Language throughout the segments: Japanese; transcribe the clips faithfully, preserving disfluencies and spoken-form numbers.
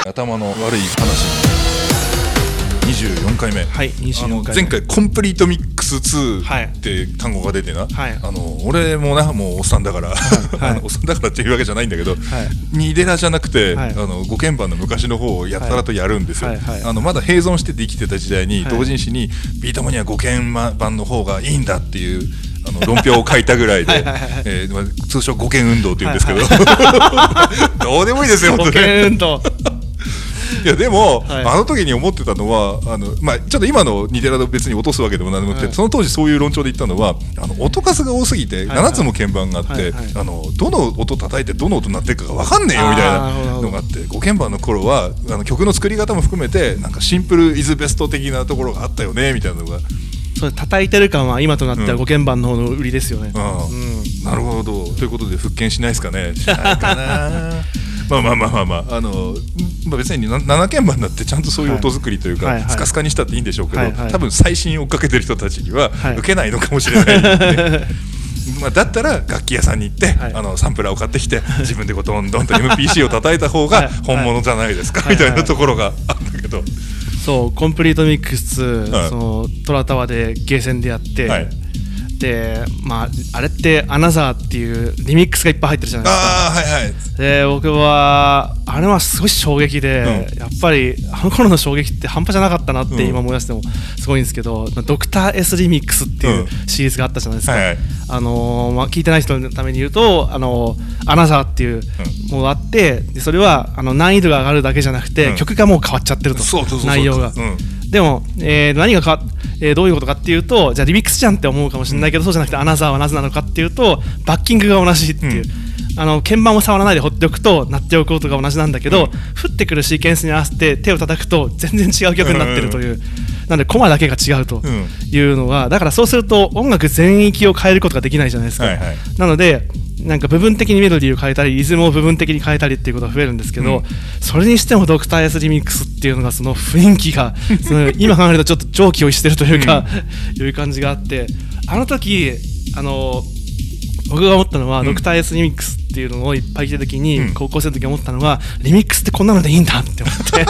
頭の悪い話にじゅうよんかいめ、 はい、にじゅうよんかいめ。 前回コンプリートミックスツーって単語が出てな、はい、あの俺もなもうおっさんだから、はい、あのおっさんだからっていうわけじゃないんだけど、はい、ニデラじゃなくて、はい、あの五鍵盤の昔の方をやったらとやるんですよ、はいはいはい、あのまだ併存してて生きてた時代に、はい、同人誌にビートマニア五鍵盤の方がいいんだっていうあの論評を書いたぐらいでえー、通称五鍵運動って言うんですけど、はい、どうでもいいですよ五鍵運動いやでも、はい、あの時に思ってたのはあの、まあ、ちょっと今のニデラと別に落とすわけでも何でもなくて、はい、その当時そういう論調で言ったのはあの音数が多すぎてななつも鍵盤があって、はいはい、あのどの音叩いてどの音鳴ってるかが分かんねえよみたいなのがあって五鍵盤の頃はあの曲の作り方も含めてなんかシンプルイズベスト的なところがあったよねみたいなのがそれ叩いてる感は今となっては五鍵盤の方の売りですよね、 うんうん、なるほどということで復権しないですかねしないかなまあまあまあまあまあ、あのまあ、別になな鍵盤だってちゃんとそういう音作りというか、はいはいはい、スカスカにしたっていいんでしょうけど、はいはい、多分最新を追っかけてる人たちには受けないのかもしれない、ねまあ、だったら楽器屋さんに行って、はい、あのサンプラーを買ってきて自分でこうどんどんと エムピーシー を叩いた方が本物じゃないですか、はいはい、みたいなところがあるんだけど、 そうコンプリートミックス、はい、そのトラタワでゲーセンでやって、はいでまあ、あれってアナザーっていうリミックスがいっぱい入ってるじゃないですか。 あ、はいはい、 で僕はあれはすごい衝撃で、うん、やっぱりあの頃の衝撃って半端じゃなかったなって今思い出してもすごいんですけど、うん、ドクター S リミックスっていうシリーズがあったじゃないですか、うんはいはいあのーまあ、聞いてない人のために言うと、あのー、アナザーっていうものがあってでそれはあの難易度が上がるだけじゃなくて、うん、曲がもう変わっちゃってると内容が、うん、でも、えー、何が変わっえー、どういうことかっていうとじゃあリミックスじゃんって思うかもしれないけど、うん、そうじゃなくてアナザーはなぜなのかっていうとバッキングが同じっていう、うん、あの鍵盤を触らないで放っておくと鳴っておく音が同じなんだけど、うん、降ってくるシーケンスに合わせて手を叩くと全然違う曲になってるという、うん、なのでコマだけが違うというのがだからそうすると音楽全域を変えることができないじゃないですか、はいはい、なのでなんか部分的にメロディーを変えたりリズムを部分的に変えたりっていうことが増えるんですけど、うん、それにしてもドクター S リミックスっていうのがその雰囲気がその今考えるとちょっと常軌を逸してるというか、うん、いう感じがあってあの時あの僕が思ったのは、うん、ドクター S リミックスっていうのをいっぱい聞いた時に、うん、高校生の時思ったのはリミックスってこんなのでいいんだって思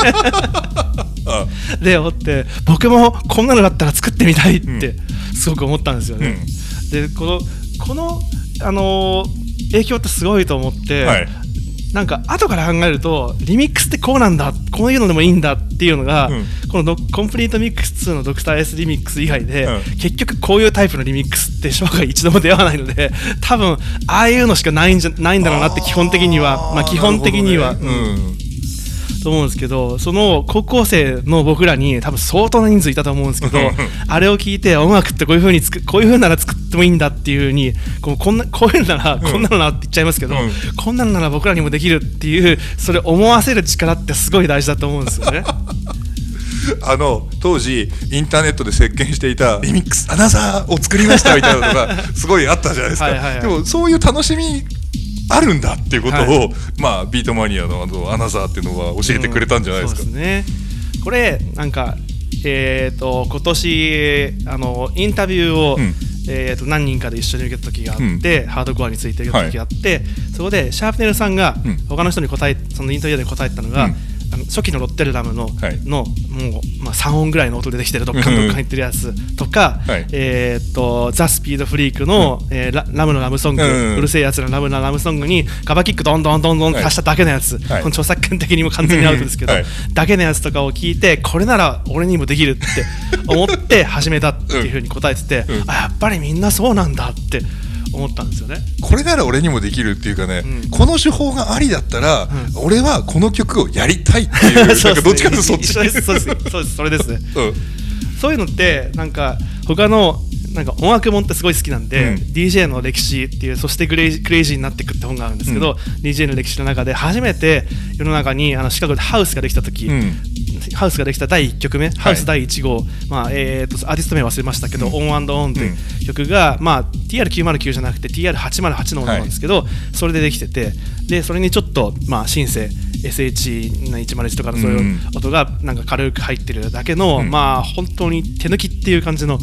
ってで思って僕もこんなのだったら作ってみたいってすごく思ったんですよね、うん、でこのこのあのー影響ってすごいと思って、はい、なんか後から考えるとリミックスってこうなんだこういうのでもいいんだっていうのが、うん、このコンプリートミックスツーのドクター S リミックス以外で、うん、結局こういうタイプのリミックスって生涯一度も出会わないので多分ああいうのしかないんじゃないんだろうなって基本的にはまあ基本的には、ねうんと思うんですけどその高校生の僕らに多分相当な人数いたと思うんですけどあれを聞いて音楽ってこういう風につくこういう風なら作ってもいいんだっていう風にこうこんなこういうのなら、うん、こんなのならって言っちゃいますけど、うん、こんなのなら僕らにもできるっていうそれ思わせる力ってすごい大事だと思うんですよねあの当時インターネットで席巻していたリミックスアナザーを作りましたみたいなのがすごいあったじゃないですかはいはい、はい、でもそういう楽しみあるんだっていうことを、はい、まあビートマニアのあのアナザーっていうのは教えてくれたんじゃないですか、 うん、そうですねこれなんかえーと今年あのインタビューを、うんえーと何人かで一緒に受けた時があって、うん、ハードコアについて受けた時があって、はい、そこでシャープネルさんが他の人に答えそのインタビューで答えたのが、うんあの初期のロッテルダム の,、はい、のもう、まあ、さん音ぐらいの音でできてるどっかんどっかん入ってるやつとか、はい、えー、とザ・スピードフリークの、うんえー、ラ, ラムのラムソング、うんうん、うるせえやつのラムのラムソングにカバーキックどんどんどんどん足しただけのやつ、はい、この著作権的にも完全にアウトですけど、はい、だけのやつとかを聞いてこれなら俺にもできるって思って始めたっていう風に答えてて、うん、あやっぱりみんなそうなんだって思ったんですよね。 これなら俺にもできるっていうかね、うん、この手法がありだったら、うん、俺はこの曲をやりたいっていうなんかどっちかというとそっちそうですそうですそうですそれですね、うん、そういうのってなんか他のなんか音楽もんってすごい好きなんで、うん、ディージェー の歴史っていうそしてクレイジー、クレイジーになっていくって本があるんですけど、うん、ディージェー の歴史の中で初めて世の中にあのシカゴでハウスができた時、うん、ハウスができただいいっきょくめ、はい、ハウスだいいち号、まあえー、とアーティスト名忘れましたけど、うん、オン&オンという曲が、まあ、ティーアールきゅうまるきゅう じゃなくて ティーアールはちまるはち のものなんですけど、はい、それでできててでそれにちょっと、まあ、シンセ エスエイチいちまるいち とかのそういう音がなんか軽く入ってるだけの、うん、まあ本当に手抜きっていう感じの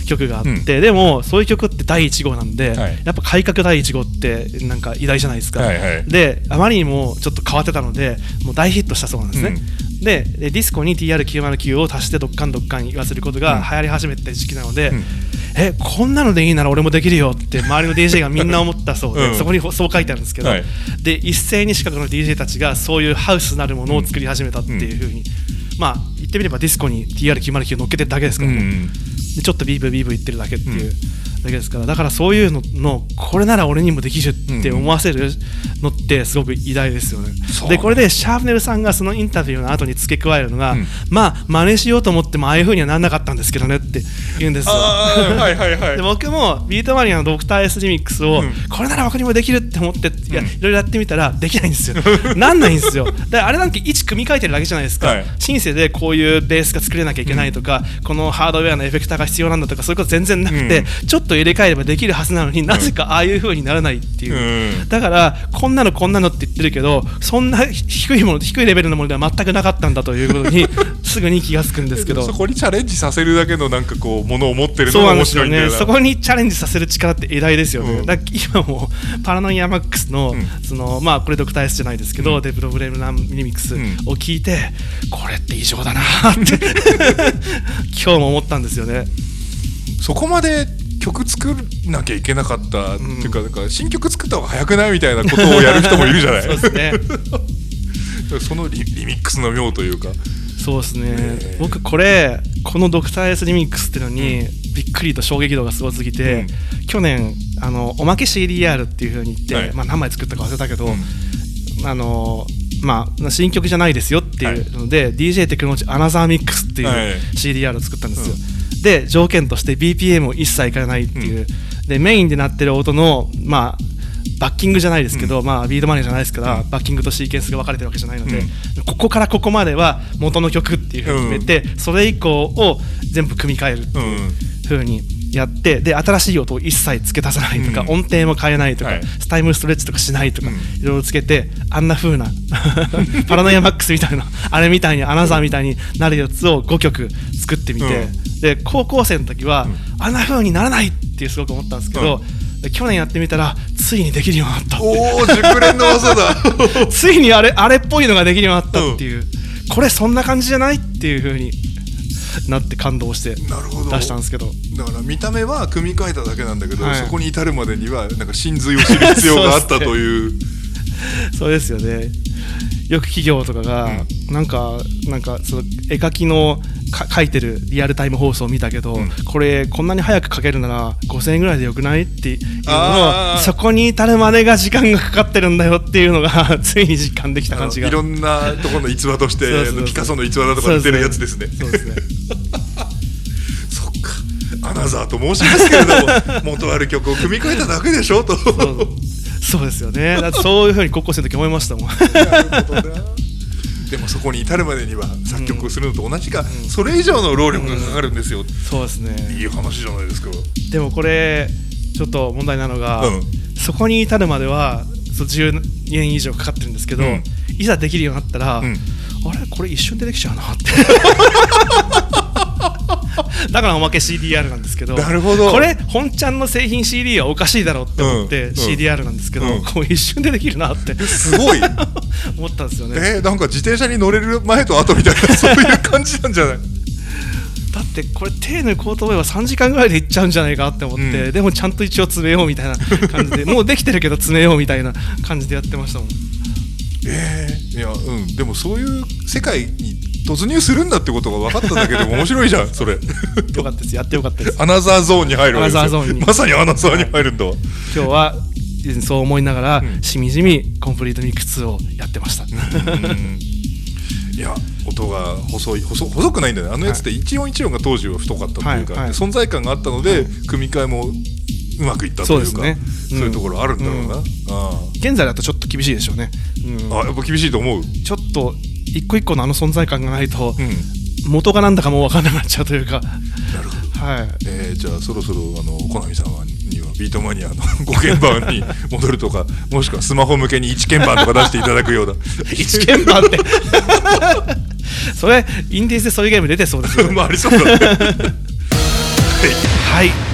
曲があって、うん、でもそういう曲ってだいいち号なんで、はい、やっぱ改革だいいち号ってなんか偉大じゃないですか、はいはい、であまりにもちょっと変わってたのでもう大ヒットしたそうなんですね、うん、で, でディスコに ティーアールきゅうまるきゅう を足してドッカンドッカン言わせることが流行り始めた時期なので、うん、えこんなのでいいなら俺もできるよって周りの ディージェー がみんな思ったそうで、うん、そこにそう書いてあるんですけど、はい、で一斉にシカゴの ディージェー たちがそういうハウスなるものを作り始めたっていう風に、うん、まあ言ってみればディスコに ティーアールきゅうまるきゅう 乗っけてるだけですからね、うん、でちょっとビーブービーブー言ってるだけっていう、うん、だけですからだからそういうののこれなら俺にもできるって思わせるのってすごく偉大ですよね、うん、でこれでシャープネルさんがそのインタビューの後に付け加えるのが、うん、まあ真似しようと思ってもああいう風にはならなかったんですけどねって言うんですよはいはい、はい、 で僕もビートマニアのドクター S リミックスを、うん、これなら僕にもできるって思って、うん、いやいろいろやってみたらできないんですよなんないんですよであれなんて一組み替えてるだけじゃないですか、はい、シンセでこういうベースが作れなきゃいけないとか、うん、このハードウェアのエフェクターが必要なんだとかそういうこと全然なくて、うん、ちょっと入れ替えればできるはずなのに、うん、なぜかああいう風にならないっていう、うん、だからこんなのこんなのって言ってるけどそんな低いもの低いレベルのものでは全くなかったんだということにすぐに気がつくんですけどそこにチャレンジさせるだけのなんかこうものを持ってるのが面白いんだよな。 そうなんですよね。そこにチャレンジさせる力って偉大ですよね、うん、だ今もパラノイアマックス の,、うん、そのまあこれドクター S じゃないですけど、うん、デプロブレムランリミックスを聞いて、うん、これって異常だなって今日も思ったんですよね。 そこまで曲作らなきゃいけなかったっていうか、うん、なんか新曲作った方が早くないみたいなことをやる人もいるじゃないそうですねその リ, リミックスの妙というかそうですね、えー、僕これこのドクター S リミックスっていうのに、うん、びっくりと衝撃度がすごすぎて、うん、去年あのおまけ シーディーアール っていう風に言って、はいまあ、何枚作ったか忘れたけど、うん、あのまあ、新曲じゃないですよっていうので、はい、ディージェー テクノロジーアナザーミックスっていう シーディーアール を作ったんですよ、うん、で条件として ビーピーエム を一切いかないっていう、うん、でメインで鳴ってる音のまあバッキングじゃないですけど、うんまあ、ビートマネーじゃないですから、うん、バッキングとシーケンスが分かれてるわけじゃないので、うん、ここからここまでは元の曲っていう風に決めて、うん、それ以降を全部組み替えるっていう風にやってで新しい音を一切付け足さないとか、うん、音程も変えないとか、はい、スタイムストレッチとかしないとか、うん、いろいろつけてあんな風なパラノイアマックスみたいなあれみたいにアナザーみたいになるやつをごきょく作ってみて、うん、で高校生の時は、うん、あんな風にならないってすごく思ったんですけど、うん、去年やってみたらついにできるようになったっておー熟練の技だついにあれあれっぽいのができるようになったっていう、うん、これそんな感じじゃないっていう風になって感動して出したんですけどだから見た目は組み替えただけなんだけど、はい、そこに至るまでにはなんか真髄を知る必要があったというそうですよね。よく企業とかが、うん、なんかなんかその絵描きのか描いてるリアルタイム放送を見たけど、うん、これこんなに早く描けるならごせんえんぐらいでよくないっていうのをそこに至るまでが時間がかかってるんだよっていうのがついに実感できた感じがいろんなところの逸話としてそうそうそうピカソの逸話だとか似てるやつですね。 そうですねそっかアナザーと申しますけれども元ある曲を組み替えただけでしょとそうそうそうですよね。だってそういう風に高校生の時思いましたもんなるほどな。でもそこに至るまでには作曲をするのと同じか、うん、それ以上の労力がかかるんですよ、うん、 そうですね。 いい話じゃないですか。 でもこれちょっと問題なのが、うん、そこに至るまではそうじゅうねん以上かかってるんですけど、うん、いざできるようになったら、うん、あれこれ一瞬でできちゃうなってだからおまけ シーディーアール なんですけど、 なるほどこれ本ちゃんの製品 シーディー はおかしいだろうって思って、うん、シーディーアール なんですけど、うん、こう一瞬でできるなってすごい思ったんですよね。 えー、なんか自転車に乗れる前と後みたいなそういう感じなんじゃないだってこれ手抜こうと思えばさんじかんぐらいでいっちゃうんじゃないかって思って、うん、でもちゃんと一応詰めようみたいな感じでもうできてるけど詰めようみたいな感じでやってましたもん。 えー、いやうんでもそういう世界に突入するんだってことが分かっただけでも面白いじゃんそれよかったです。やってよかったです。 アナザーゾーンに入るわけですよ。まさにアナザーに入るんだわ、はい、 今日はそう思いながら、うん、しみじみコンプリートミックスをやってましたうんいや音が細い 細, 細くないんだよねあのやつって一音一音が当時は太かったというか、はいはい、存在感があったので、はい、組み替えもうまくいったというかそうですね、うん、そういうところあるんだろうな、うん、あ現在だとちょっと厳しいでしょうね、 うん、あやっぱ厳しいと思う。 ちょっと一個一個のあの存在感がないと、うん、元がなんだかもう分からなくなっちゃうというか。なるほど、はいえー、じゃあそろそろあのコナミさんにはビートマニアのご鍵盤に戻るとかもしくはスマホ向けにいち鍵盤とか出していただくようないち鍵盤ってそれインディーズでそういうゲーム出てそうですよねまあありそうだねはいはい